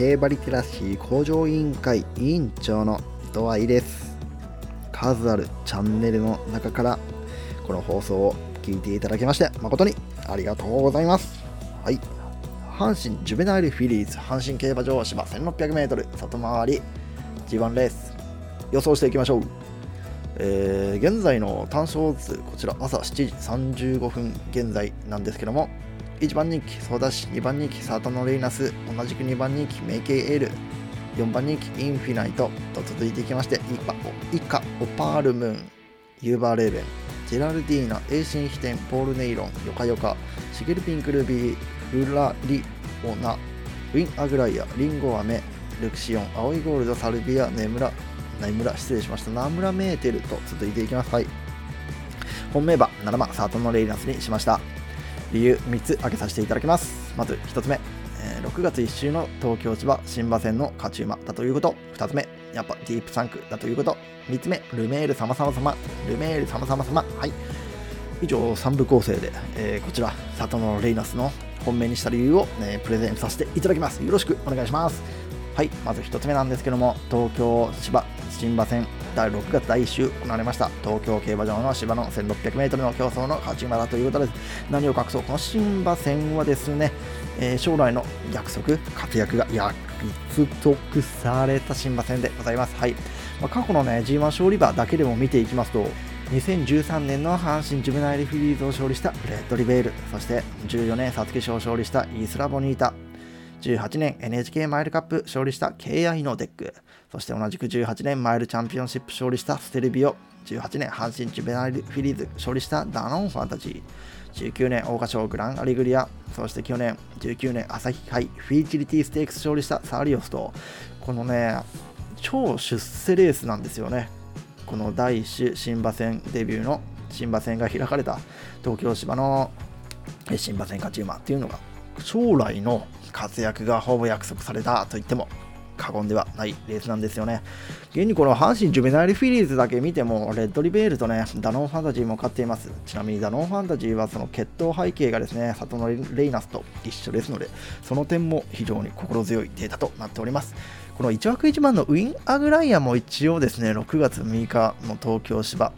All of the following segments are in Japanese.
競馬リテラシー向上委員会委員長の伊藤愛です。数あるチャンネルの中からこの放送を聞いていただきまして誠にありがとうございます。はい、阪神ジュベナイルフィリーズ阪神競馬場芝 1600m 外回り G1 レース予想していきましょう。現在の単勝図、こちら朝7時35分現在なんですけども、1番人気ソーダシ、2番人気サータノレイナス、同じく2番人気メイケイエール、4番人気インフィナイトと続いていきまして、以下オパールムーン、ユーバーレーベン、ジェラルディーナ、エイシンヒテン、ポールネイロン、ヨカヨカ、シゲルピンクルビー、フラリオナ、ウィンアグライア、リンゴアメ、ルクシオン、青いゴールド、サルビア、ナムラメーテルと続いていきます。はい、本命馬7番サータノレイナスにしました。理由3つ挙げさせていただきます。まず1つ目、6月1週の東京千葉新馬戦の勝ち馬だということ。2つ目、やっぱディープサンクだということ。3つ目、ルメール様。はい、以上3部構成で、こちらサータノレイナスの本命にした理由を、プレゼンさせていただきます。よろしくお願いします。はい、まず1つ目なんですけども、東京芝新馬戦6月第1週行われました東京競馬場の芝の 1600m の競争の勝ち馬だということです。何を隠そう、この新馬戦はですね、将来の活躍が約束された新馬戦でございます。はい、過去のね G1 勝利馬だけでも見ていきますと、2013年の阪神ジュベナイルフィリーズを勝利したレッドリベール、そして14年皐月賞を勝利したイースラボニータ、18年 NHK マイルカップ勝利した KI のデック、そして同じく18年マイルチャンピオンシップ勝利したステルビオ、18年阪神ジュベナイルフィリーズ勝利したダノンファンタジー、19年桜花賞グランアリグリア、そして去年19年朝日杯フィーチリティステークス勝利したサーリオスと、このね超出世レースなんですよね。この第1週新馬戦デビューの新馬戦が開かれた東京芝の新馬戦勝ち馬っていうのが、将来の活躍がほぼ約束されたと言っても過言ではないレースなんですよね。現にこの阪神ジュベナイルフィリーズだけ見てもレッドリベールとねダノンファンタジーも勝っています。ちなみにダノンファンタジーはその血統背景がですねサトノレイナスと一緒ですので、その点も非常に心強いデータとなっております。この1枠1番のウィンアグライアも一応ですね6月6日の東京芝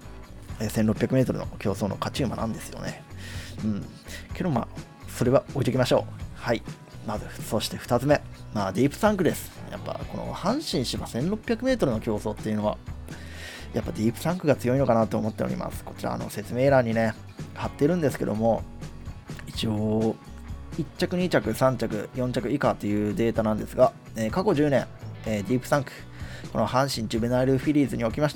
1600m の競争の勝ち馬なんですよね。けどそれは置いておきましょう。はい、まずそして2つ目、ディープサンクです。やっぱこの阪神芝 1600m の競争っていうのはやっぱディープサンクが強いのかなと思っております。こちら説明欄にね貼ってるんですけども、一応1着2着3着4着以下というデータなんですが、過去10年、ディープサンクこの阪神ジュベナイルフィリーズにおきまして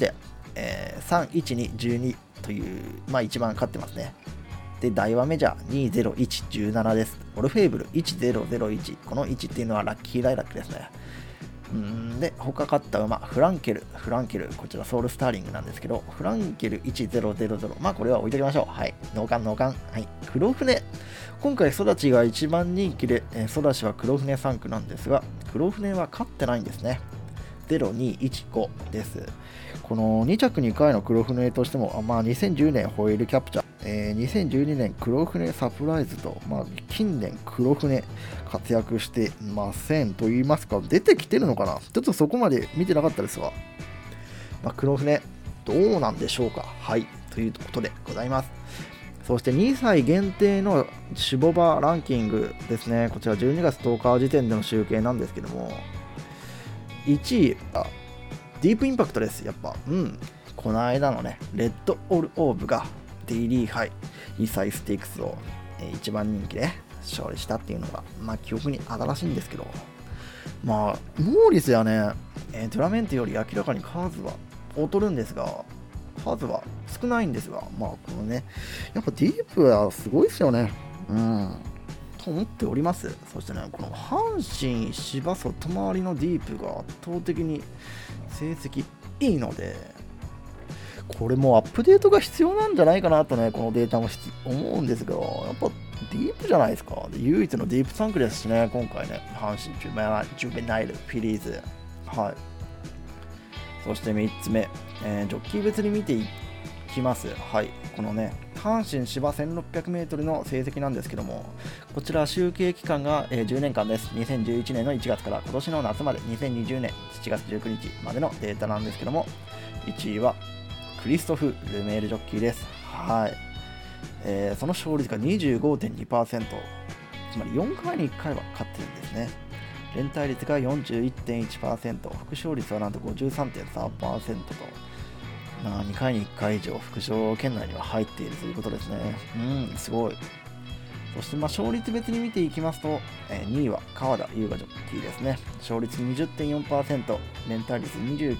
、31212という一番勝ってますね。で大和メジャー20117です。オルフェーブル1001、この1っていうのはラッキーライラックですね。で他勝った馬フランケル、こちらソウルスターリングなんですけど、フランケル1000、これは置いておきましょう。はい、農館、はい、黒船、今回ソダチが一番人気で、ソダチは黒船3区なんですが、黒船は勝ってないんですね。0215です。この2着2回の黒船としても、2010年ホイールキャプチャー、2012年黒船サプライズと、近年黒船活躍してませんと言いますか、出てきてるのかな、ちょっとそこまで見てなかったですが、黒船どうなんでしょうか。はい、ということでございます。そして2歳限定の種牡馬ランキングですね。こちら12月10日時点での集計なんですけども、1位はディープインパクトです。やっぱこの間のねレッドオルオーブがデイリーハイ2歳ステークスを一番人気で勝利したっていうのが記憶に新しいんですけど、モーリスやねトゥラメンテより明らかに数は劣るんですが、数は少ないんですが、このねやっぱディープはすごいですよね。と思っております。そしてね、この阪神芝外回りのディープが圧倒的に成績いいので、これもアップデートが必要なんじゃないかなとね、このデータも思うんですが、やっぱディープじゃないですか。で唯一のディープサンクですしね、今回ね、阪神ジュベナイルフィリーズ。はい。そして3つ目、ジョッキー別に見ていきます。はい。このね、 阪神芝 1600m の成績なんですけども、こちら集計期間が10年間です。2011年の1月から今年の夏まで2020年7月19日までのデータなんですけども、1位はクリストフ・ルメールジョッキーです。はい。その勝率が 25.2%、 つまり4回に1回は勝ってるんですね。連帯率が 41.1%、 副勝率はなんと 53.3% と、2回に1回以上副賞圏内には入っているということですね。すごい。そして勝率別に見ていきますと、2位は川田優雅ジョッキーですね。勝率 20.4%、 連帯率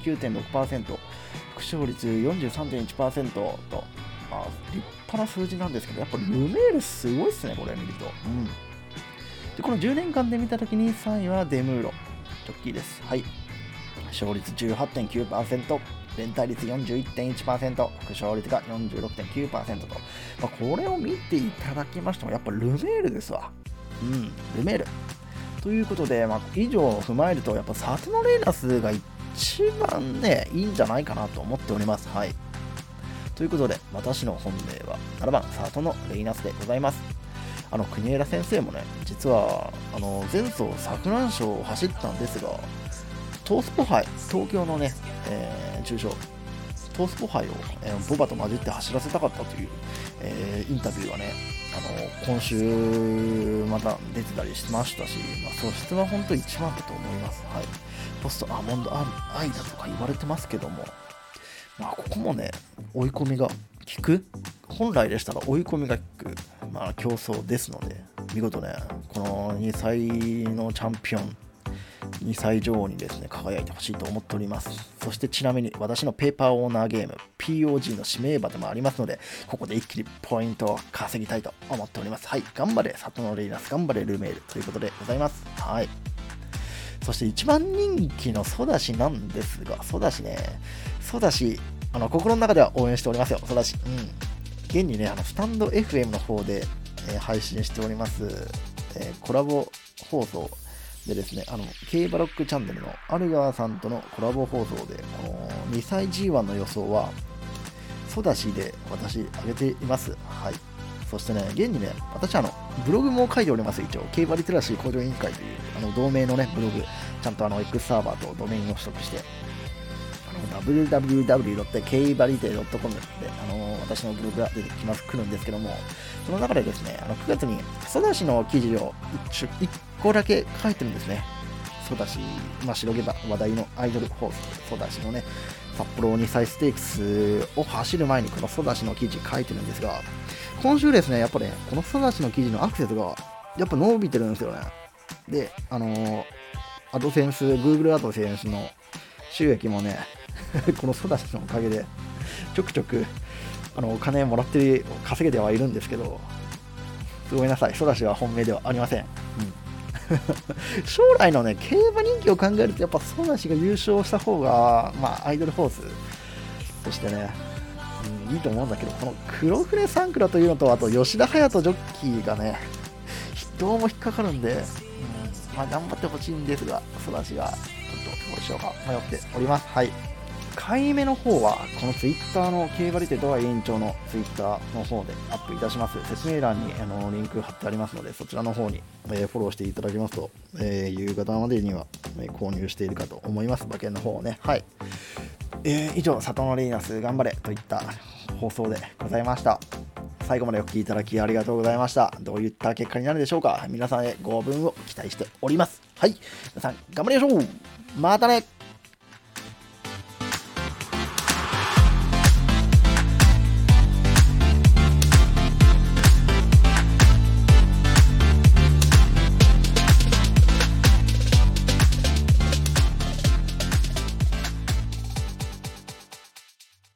29.6%、 副勝率 43.1% と、立派な数字なんですけど、やっぱルメールすごいっすね、これ見ると。でこの10年間で見たときに3位はデムーロジョッキーです。はい。勝率 18.9%、連帯率 41.1%、副勝率が 46.9% と、これを見ていただきましてもやっぱルメールですわ。ルメールということで、以上を踏まえるとやっぱサトノレイナスが一番ねいいんじゃないかなと思っております。はい。ということで私の本命は7番サトノレイナスでございます。国枝先生もね、実は前走昨年賞を走ったんですが、トースポ杯、東京のね、中賞トースポ杯を、ボバと混じって走らせたかったという、インタビューがね、今週また出てたりしましたし、素質は本当一番だと思います。はい。ポストアーモンドアイだとか言われてますけども、ここもね、追い込みが効く、本来でしたら追い込みが効く、競争ですので、見事ね、この2歳のチャンピオン、2歳女王にですね、輝いてほしいと思っております。そしてちなみに私のペーパーオーナーゲーム POG の指名馬でもありますので、ここで一気にポイントを稼ぎたいと思っております。はい。頑張れサトノレイナス、頑張れルメールということでございます。はい。そして一番人気のソダシなんですが、ソダシ心の中では応援しておりますよ。ソダシ。現にね、スタンド FM の方で、配信しております、コラボ放送でですね、K バロックチャンネルのアルガーさんとのコラボ放送で、この2歳 G1 の予想はソダシで私上げています。はい。そしてね、現にね、私ブログも書いております。一応、競馬リテラシー向上委員会という同名のね、ブログ、ちゃんとX サーバーとドメインを取得して、www.kbarite.com で私のブログが出てくるんですけども、その中でですね、9月にソダシの記事を1個だけ書いてるんですね。ソダシ、白毛馬話題のアイドルホース、ソダシのね、札幌2歳ステークスを走る前にこのソダシの記事書いてるんですが、今週ですね、やっぱね、このソダシの記事のアクセスがやっぱ伸びてるんですよね。で、アドセンス、Google アドセンスの収益もね、このソダシのおかげでちょくちょくお金もらって稼げてはいるんですけど、ごめんなさい、ソダシは本命ではありません。将来のね、競馬人気を考えるとやっぱソダシが優勝した方がアイドルホースとしてね、いいと思うんだけど、この黒船サンクラというのと、あと吉田隼人ジョッキーがね、どうも引っかかるんで、頑張ってほしいんですが、ソダシがちょっとどうしようか迷っております。はい。買い目の方はこのツイッターの競馬リテとは委員長のツイッターの方でアップいたします。説明欄にリンク貼ってありますので、そちらの方に、フォローしていただきますと、夕方までには、購入しているかと思います。馬券の方をね。はい。以上、サトノレイナス頑張れといった放送でございました。最後までお聞きいただきありがとうございました。どういった結果になるでしょうか。皆さんへご分を期待しております。はい。皆さん頑張りましょう。またね。